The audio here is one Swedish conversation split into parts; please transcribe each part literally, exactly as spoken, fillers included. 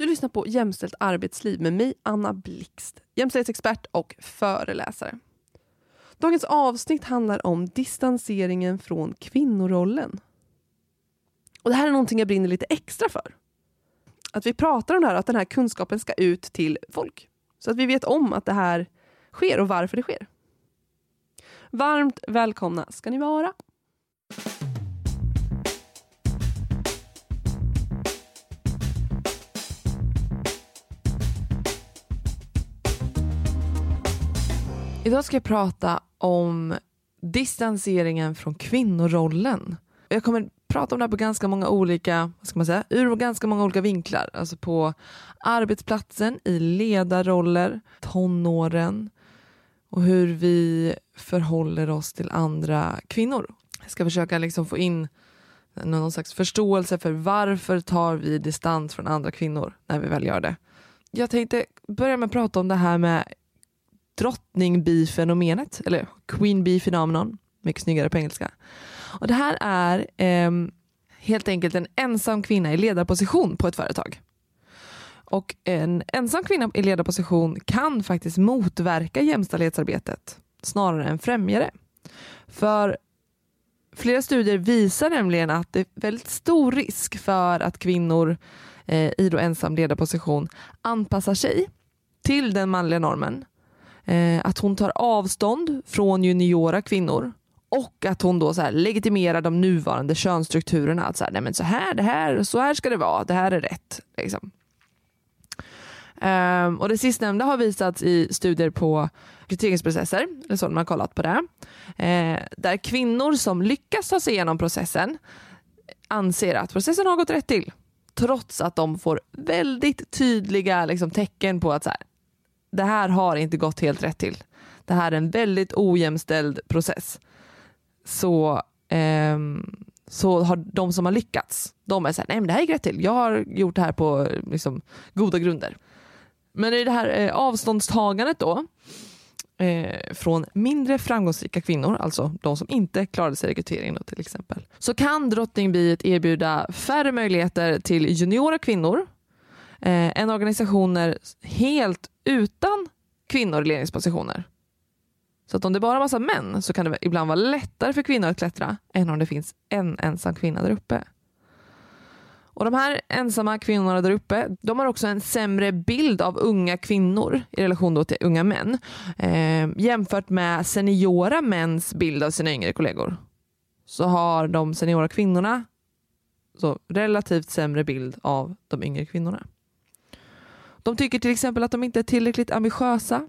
Du lyssnar på Jämställt arbetsliv med mig, Anna Blixt, jämställdhetsexpert och föreläsare. Dagens avsnitt handlar om distanseringen från kvinnorollen. Och det här är någonting jag brinner lite extra för. Att vi pratar om det här, att den här kunskapen ska ut till folk. Så att vi vet om att det här sker och varför det sker. Varmt välkomna ska ni vara. Idag ska jag prata om distanseringen från kvinnorollen. Jag kommer prata om det här på ganska många olika, vad ska man säga, ur ganska många olika vinklar. Alltså på arbetsplatsen, i ledarroller, tonåren och hur vi förhåller oss till andra kvinnor. Jag ska försöka liksom få in någon slags förståelse för varför tar vi distans från andra kvinnor när vi väl gör det. Jag tänkte börja med att prata om det här med drottning-bi-fenomenet, eller queen bee-phenomenon, mycket snyggare på engelska. Och det här är eh, helt enkelt en ensam kvinna i ledarposition på ett företag. Och en ensam kvinna i ledarposition kan faktiskt motverka jämställdhetsarbetet snarare än främja det. För flera studier visar nämligen att det är väldigt stor risk för att kvinnor eh, i då ensam ledarposition anpassar sig till den manliga normen. Eh, att hon tar avstånd från juniora kvinnor och att hon då så här legitimerar de nuvarande könsstrukturerna. Att så här, nej men så här, det här, så här ska det vara, det här är rätt. Liksom. Um, och det sistnämnda har visats i studier på rekryteringsprocesser, eller så man har kollat på det. Uh, där kvinnor som lyckas ta sig igenom processen anser att processen har gått rätt till. Trots att de får väldigt tydliga liksom, tecken på att så här, det här har inte gått helt rätt till. Det här är en väldigt ojämställd process. Så, eh, så har de som har lyckats, de är så här, nej men det här är rätt till. Jag har gjort det här på liksom, goda grunder. Men i det här eh, avståndstagandet då, eh, från mindre framgångsrika kvinnor, alltså de som inte klarade sig i rekryteringen då, till exempel, så kan drottningbiet erbjuda färre möjligheter till juniora kvinnor eh, än organisationer helt utan kvinnor i ledningspositioner. Så att om det bara är massa män så kan det ibland vara lättare för kvinnor att klättra än om det finns en ensam kvinna där uppe. Och de här ensamma kvinnorna där uppe, de har också en sämre bild av unga kvinnor i relation då till unga män eh, jämfört med seniora mäns bild av sina yngre kollegor. Så har de seniora kvinnorna så relativt sämre bild av de yngre kvinnorna. De tycker till exempel att de inte är tillräckligt ambitiösa.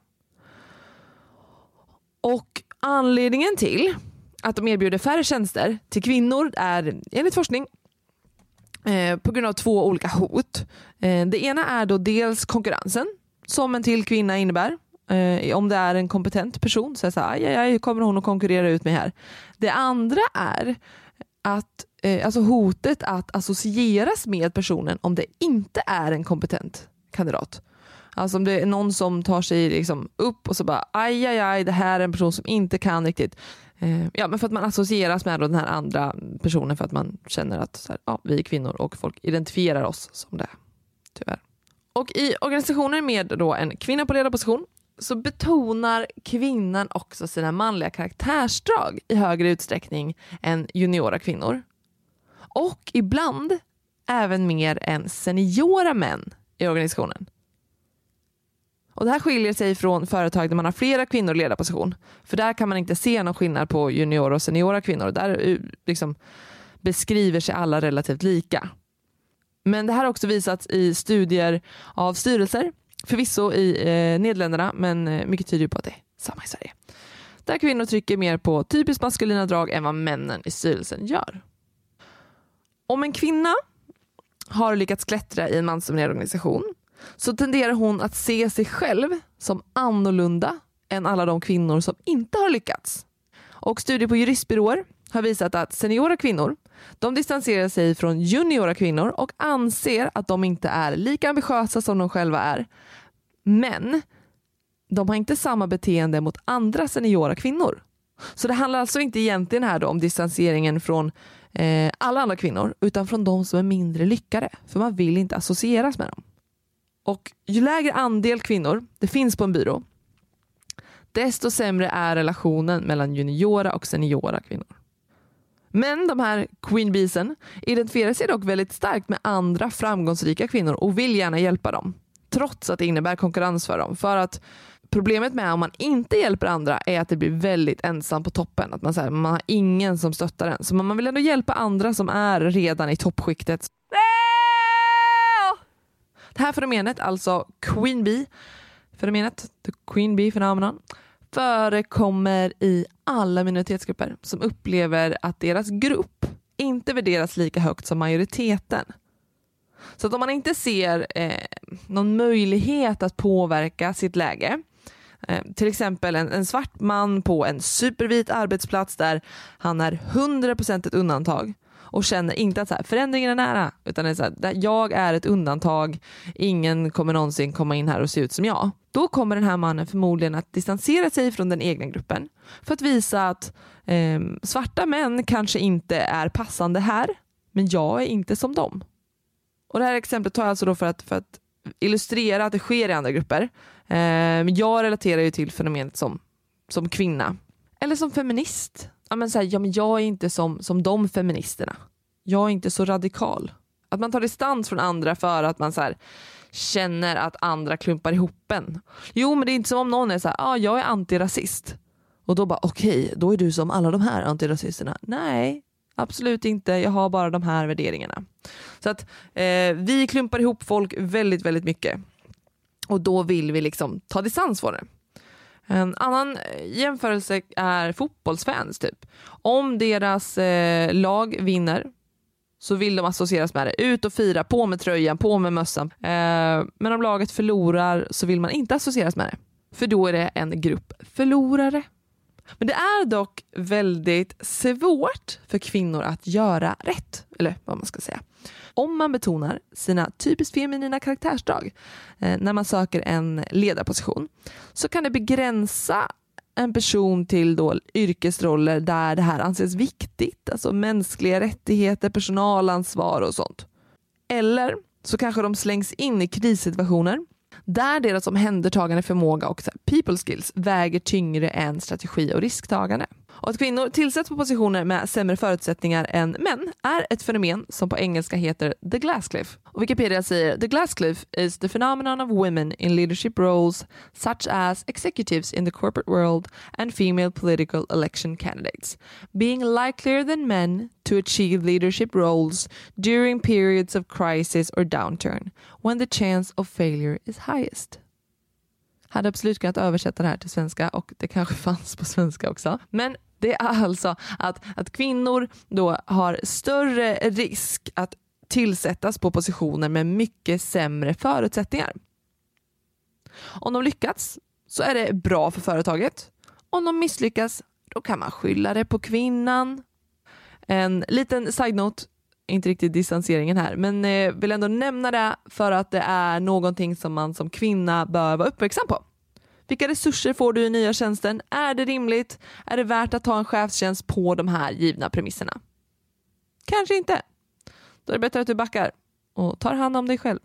Och anledningen till att de erbjuder färre tjänster till kvinnor är enligt forskning eh, på grund av två olika hot. Eh, det ena är då dels konkurrensen som en till kvinna innebär. Eh, om det är en kompetent person så är det så här, aj, aj, aj, kommer hon att konkurrera ut mig här. Det andra är att eh, alltså hotet att associeras med personen om det inte är en kompetent kandidat. Alltså om det är någon som tar sig liksom upp och så bara aj, aj, aj, det här är en person som inte kan riktigt. Eh, ja, men för att man associeras med den här andra personen för att man känner att så här, ja, vi är kvinnor och folk identifierar oss som det. Tyvärr. Och i organisationer med då en kvinna på ledarposition så betonar kvinnan också sina manliga karaktärsdrag i högre utsträckning än juniora kvinnor. Och ibland även mer än seniora män i organisationen. Och det här skiljer sig från företag där man har flera kvinnor i ledarposition. För där kan man inte se någon skillnad på juniora och seniora kvinnor. Där liksom beskriver sig alla relativt lika. Men det här har också visats i studier av styrelser. Förvisso i eh, Nederländerna, men eh, mycket tyder på att det är samma i Sverige. Där kvinnor trycker mer på typiskt maskulina drag än vad männen i styrelsen gör. Om en kvinna har lyckats klättra i en mansdominerad organisation så tenderar hon att se sig själv som annorlunda än alla de kvinnor som inte har lyckats. Och studier på juristbyråer har visat att seniora kvinnor, de distanserar sig från juniora kvinnor och anser att de inte är lika ambitiösa som de själva är. Men de har inte samma beteende mot andra seniora kvinnor. Så det handlar alltså inte egentligen här då om distanseringen från eh, alla andra kvinnor utan från de som är mindre lyckade. För man vill inte associeras med dem. Och ju lägre andel kvinnor det finns på en byrå, desto sämre är relationen mellan juniora och seniora kvinnor. Men de här Queen Beesen identifierar sig dock väldigt starkt med andra framgångsrika kvinnor och vill gärna hjälpa dem. Trots att det innebär konkurrens för dem. För att problemet med om man inte hjälper andra är att det blir väldigt ensam på toppen. Att man, så här, man har ingen som stöttar en. Så man vill ändå hjälpa andra som är redan i toppskiktet. Det här fenomenet, alltså Queen Bee fenomenet, the Queen Bee phenomenon, förekommer i alla minoritetsgrupper som upplever att deras grupp inte värderas lika högt som majoriteten. Så att om man inte ser eh, någon möjlighet att påverka sitt läge, eh, till exempel en, en svart man på en supervit arbetsplats där han är hundra procent ett undantag och känner inte att så här, förändringen är nära, utan det är så här, jag är ett undantag, ingen kommer någonsin komma in här och se ut som jag. Då kommer den här mannen förmodligen att distansera sig från den egna gruppen för att visa att eh, svarta män kanske inte är passande här, men jag är inte som dem. Och det här exemplet tar jag alltså då för att, för att illustrera att det sker i andra grupper. Eh, men jag relaterar ju till fenomenet som, som kvinna. Eller som feminist. Ja, men så här, ja, men jag är inte som, som de feministerna. Jag är inte så radikal. Att man tar distans från andra för att man så här, känner att andra klumpar ihop en. Jo, men det är inte som om någon är så här, ja, ah, jag är antirasist. Och då bara, okej, okay, då är du som alla de här antirasisterna. Nej, absolut inte. Jag har bara de här värderingarna. Så att eh, vi klumpar ihop folk väldigt, väldigt mycket. Och då vill vi liksom ta distans från det. En annan jämförelse är fotbollsfans typ. Om deras eh, lag vinner så vill de associeras med det. Ut och fira, på med tröjan, på med mössan. Eh, men om laget förlorar så vill man inte associeras med det. För då är det en grupp förlorare. Men det är dock väldigt svårt för kvinnor att göra rätt. Eller vad man ska säga. Om man betonar sina typiskt feminina karaktärsdrag eh, när man söker en ledarposition så kan det begränsa en person till då yrkesroller där det här anses viktigt. Alltså mänskliga rättigheter, personalansvar och sånt. Eller så kanske de slängs in i krissituationer där deras omhändertagande förmåga och people skills väger tyngre än strategi och risktagande. Och att kvinnor tillsätts på positioner med sämre förutsättningar än män är ett fenomen som på engelska heter the glass cliff. Och Wikipedia säger the glass cliff is the phenomenon of women in leadership roles such as executives in the corporate world and female political election candidates being likelier than men to achieve leadership roles during periods of crisis or downturn when the chance of failure is highest. Hade absolut kunnat översätta det här till svenska och det kanske fanns på svenska också. Men det är alltså att, att kvinnor då har större risk att tillsättas på positioner med mycket sämre förutsättningar. Om de lyckats så är det bra för företaget. Om de misslyckas då kan man skylla det på kvinnan. En liten side-note, inte riktigt distanseringen här, men eh, vill ändå nämna det för att det är någonting som man som kvinna bör vara uppmärksam på. Vilka resurser får du i nya tjänsten? Är det rimligt? Är det värt att ta en chefstjänst på de här givna premisserna? Kanske inte. Då är det bättre att du backar och tar hand om dig själv.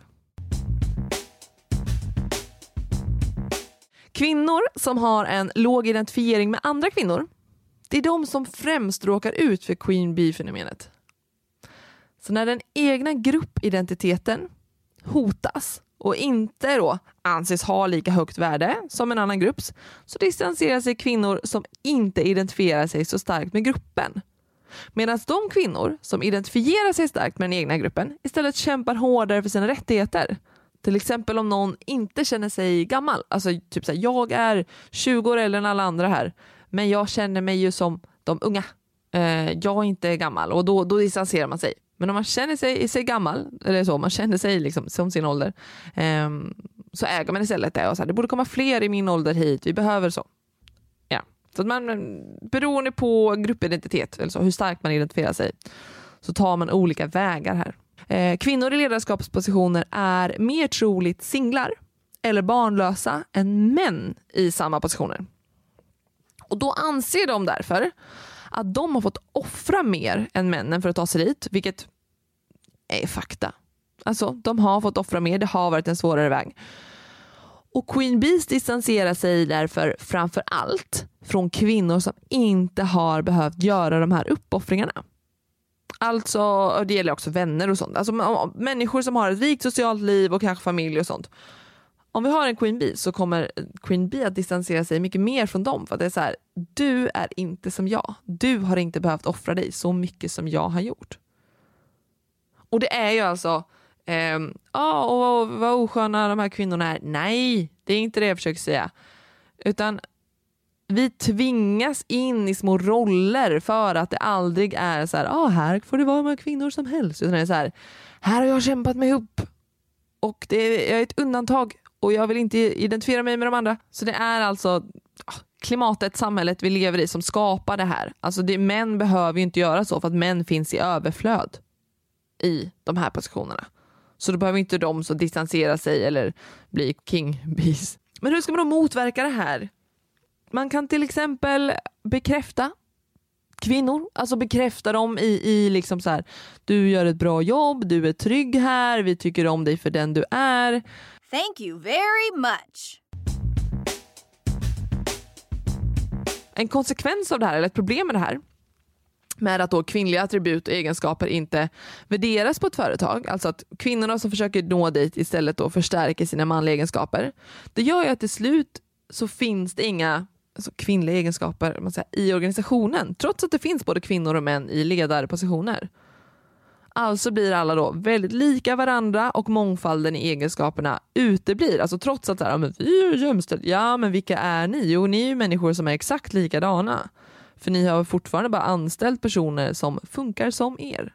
Kvinnor som har en låg identifiering med andra kvinnor, det är de som främst råkar ut för Queen Bee-fenomenet. Så när den egna gruppidentiteten hotas och inte då anses ha lika högt värde som en annan grupps, så distanserar sig kvinnor som inte identifierar sig så starkt med gruppen. Medan de kvinnor som identifierar sig starkt med den egna gruppen istället kämpar hårdare för sina rättigheter. Till exempel om någon inte känner sig gammal. Alltså typ så här, jag är tjugo år äldre än alla andra här, men jag känner mig ju som de unga. Eh, jag är inte gammal och då, då distanserar man sig. Men om man känner sig, sig gammal, eller så, man känner sig liksom som sin ålder, eh, så äger man istället det. Och så här, det borde komma fler i min ålder hit, vi behöver så. Ja. Så att man, beroende på gruppidentitet, eller så, hur starkt man identifierar sig, så tar man olika vägar här. Eh, kvinnor i ledarskapspositioner är mer troligt singlar eller barnlösa än män i samma positioner. Och då anser de därför att de har fått offra mer än männen för att ta sig dit, vilket är fakta. Alltså, de har fått offra mer. Det har varit en svårare väg. Och Queen Bees distanserar sig därför framför allt från kvinnor som inte har behövt göra de här uppoffringarna. Alltså, det gäller också vänner och sånt. Alltså människor som har ett rikt socialt liv och kanske familj och sånt. Om vi har en Queen Bee så kommer Queen Bee att distansera sig mycket mer från dem. För att det är så här, du är inte som jag. Du har inte behövt offra dig så mycket som jag har gjort. Och det är ju alltså, ja eh, oh, oh, vad osköna de här kvinnorna är. Nej, det är inte det jag försöker säga. Utan vi tvingas in i små roller för att det aldrig är så här, ja ah, här får det vara med kvinnor som helst. Utan det är så här, här har jag kämpat mig upp. Och det är, jag är ett undantag. Och jag vill inte identifiera mig med de andra. Så det är alltså klimatet, samhället vi lever i som skapar det här. Alltså det, män behöver ju inte göra så för att män finns i överflöd i de här positionerna. Så då behöver inte de så distansera sig eller bli king bees. Men hur ska man då motverka det här? Man kan till exempel bekräfta kvinnor. Alltså bekräfta dem i, i liksom så här, du gör ett bra jobb, du är trygg här, vi tycker om dig för den du är. Thank you very much. En konsekvens av det här, eller ett problem med det här, med att då kvinnliga attribut och egenskaper inte värderas på ett företag, alltså att kvinnorna som försöker nå dit istället då förstärker sina manliga egenskaper, det gör ju att till slut så finns det inga alltså kvinnliga egenskaper man säger, i organisationen, trots att det finns både kvinnor och män i ledarpositioner. Alltså blir alla då väldigt lika varandra och mångfalden i egenskaperna uteblir. Alltså trots att så här, men vi är jämställd. Ja, men vilka är ni? Jo, ni är ju människor som är exakt likadana. För ni har fortfarande bara anställt personer som funkar som er.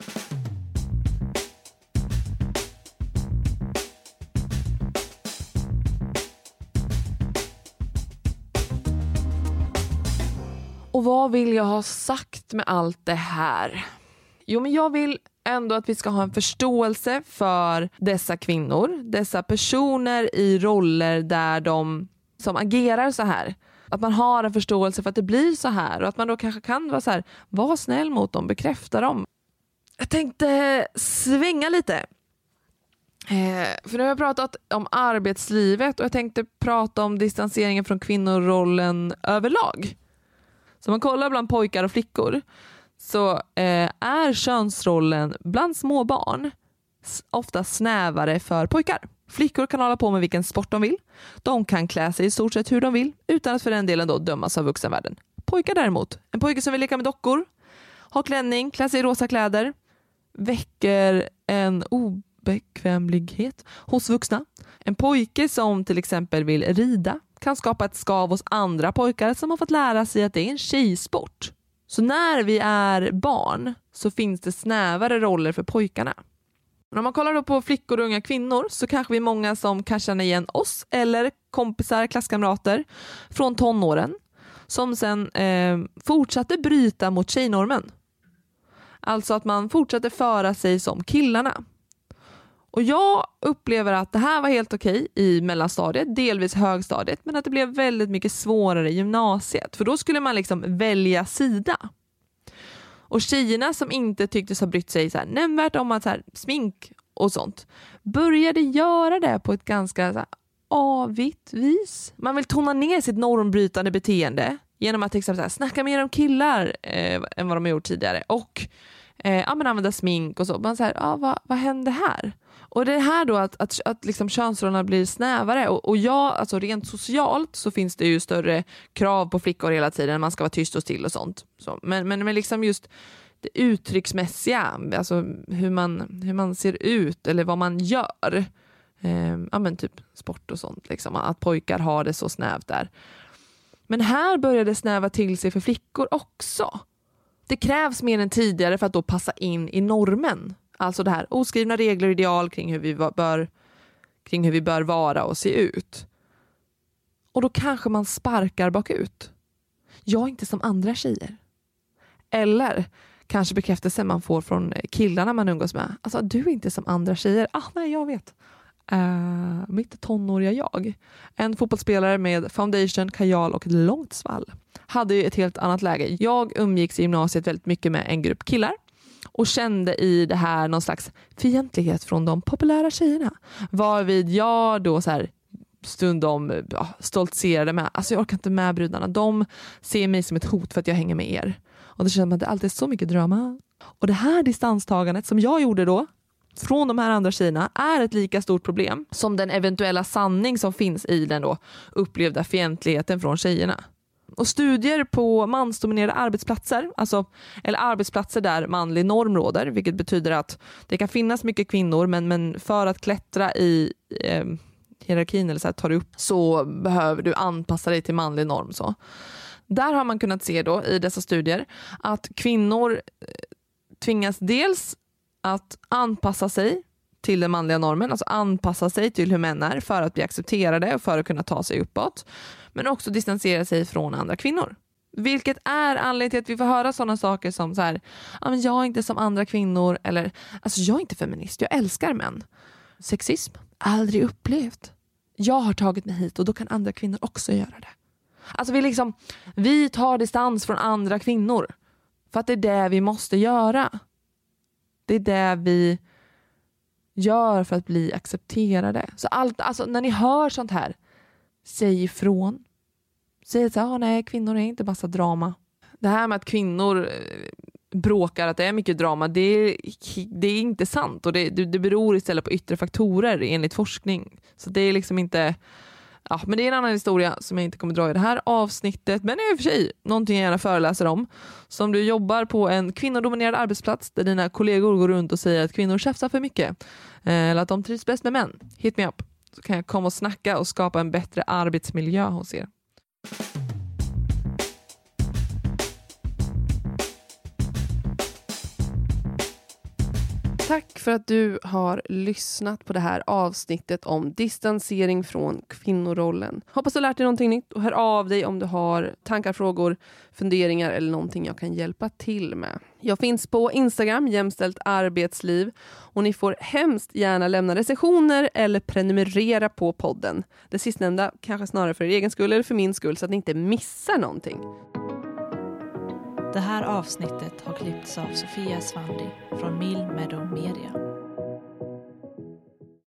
Och vad vill jag ha sagt med allt det här? Jo, men jag vill ändå att vi ska ha en förståelse för dessa kvinnor, dessa personer i roller där de som agerar så här. Att man har en förståelse för att det blir så här och att man då kanske kan vara så här, var snäll mot dem, bekräfta dem. Jag tänkte svänga lite. Eh, för nu har jag pratat om arbetslivet och jag tänkte prata om distanseringen från kvinnorollen överlag. Så om man kollar bland pojkar och flickor så eh, är könsrollen bland små barn ofta snävare för pojkar. Flickor kan hålla på med vilken sport de vill. De kan klä sig i stort sett hur de vill utan att för den delen då dömas av vuxenvärlden. Pojkar däremot, en pojke som vill leka med dockor, ha klänning, klä sig i rosa kläder, väcker en obekvämlighet hos vuxna. En pojke som till exempel vill rida kan skapa ett skav hos andra pojkar som har fått lära sig att det är en tjejsport. Så när vi är barn så finns det snävare roller för pojkarna. Men om man kollar då på flickor och unga kvinnor så kanske vi är många som kan känna igen oss eller kompisar, klasskamrater från tonåren som sen eh, fortsatte bryta mot tjejnormen. Alltså att man fortsatte föra sig som killarna. Och jag upplever att det här var helt okej i mellanstadiet, delvis högstadiet, men att det blev väldigt mycket svårare i gymnasiet. För då skulle man liksom välja sida. Och tjejerna som inte tycktes ha brytt sig så här, nämnvärt om att så här, smink och sånt började göra det på ett ganska så här, avigt vis. Man vill tona ner sitt normbrytande beteende genom att till exempel så här, snacka mer om killar eh, än vad de har gjort tidigare. Och eh, ja, men använda smink och så. Man säger, ah, vad, vad händer här? Och det här då att, att, att liksom könsrollerna blir snävare och, och ja, alltså rent socialt så finns det ju större krav på flickor hela tiden, man ska vara tyst och still och sånt. Så, men, men, men liksom just det uttrycksmässiga, alltså hur man, hur man ser ut eller vad man gör. Eh, ja men typ sport och sånt liksom, att pojkar har det så snävt där. Men här börjar det snäva till sig för flickor också. Det krävs mer än tidigare för att då passa in i normen. Alltså det här oskrivna regler och ideal kring hur vi bör, kring hur vi bör vara och se ut. Och då kanske man sparkar bakut. Jag är inte som andra tjejer. Eller kanske bekräftelsen man får från killarna man umgås med. Alltså du är inte som andra tjejer. Ah, nej, jag vet. Uh, mitt tonåriga jag. En fotbollsspelare med foundation, kajal och ett långt svall. Hade ju ett helt annat läge. Jag umgicks i gymnasiet väldigt mycket med en grupp killar. och kände i det här någon slags fientlighet från de populära tjejerna. Varvid jag då så här stundom ja, stoltserade med, alltså jag orkar inte med brudarna. De ser mig som ett hot för att jag hänger med er. Och det känns som att det alltid är så mycket drama. Och det här distanstagandet som jag gjorde då från de här andra tjejerna är ett lika stort problem som den eventuella sanning som finns i den då upplevda fientligheten från tjejerna. Och studier på mansdominerade arbetsplatser, alltså, eller arbetsplatser där manlig norm råder, vilket betyder att det kan finnas mycket kvinnor, men, men för att klättra i eh, hierarkin eller så här, tar upp, så behöver du anpassa dig till manlig norm. Så. Där har man kunnat se då i dessa studier att kvinnor tvingas dels att anpassa sig till den manliga normen, alltså anpassa sig till hur män är för att bli accepterade och för att kunna ta sig uppåt, men också distansera sig från andra kvinnor. Vilket är anledningen till att vi får höra sådana saker som så här, ja, men jag är inte som andra kvinnor, eller alltså jag är inte feminist, jag älskar män. Sexism, aldrig upplevt. Jag har tagit mig hit och då kan andra kvinnor också göra det. Alltså vi liksom, vi tar distans från andra kvinnor för att det är det vi måste göra. Det är det vi gör för att bli accepterade. Så allt, alltså när ni hör sånt här, säg ifrån. Säg så här, ah, nej, kvinnor är inte massa drama. Det här med att kvinnor bråkar, att det är mycket drama, det är, det är inte sant. Och det, det beror istället på yttre faktorer enligt forskning. Så det är liksom inte... Ja, men det är en annan historia som jag inte kommer dra i det här avsnittet. Men i och för sig, någonting jag gärna föreläser om. Så om du jobbar på en kvinnodominerad arbetsplats där dina kollegor går runt och säger att kvinnor tjafsar för mycket. Eller att de trivs bäst med män. Hit me up. Så kan jag komma och snacka och skapa en bättre arbetsmiljö hos er. Tack för att du har lyssnat på det här avsnittet om distansering från kvinnorollen. Hoppas du har lärt dig någonting nytt och hör av dig om du har tankar, frågor, funderingar eller någonting jag kan hjälpa till med. Jag finns på Instagram, jämställt arbetsliv, och ni får hemskt gärna lämna recensioner eller prenumerera på podden. Det sistnämnda kanske snarare för er egen skull eller för min skull, så att ni inte missar någonting. Det här avsnittet har klippts av Sofia Svandi från Mill Meadow Media.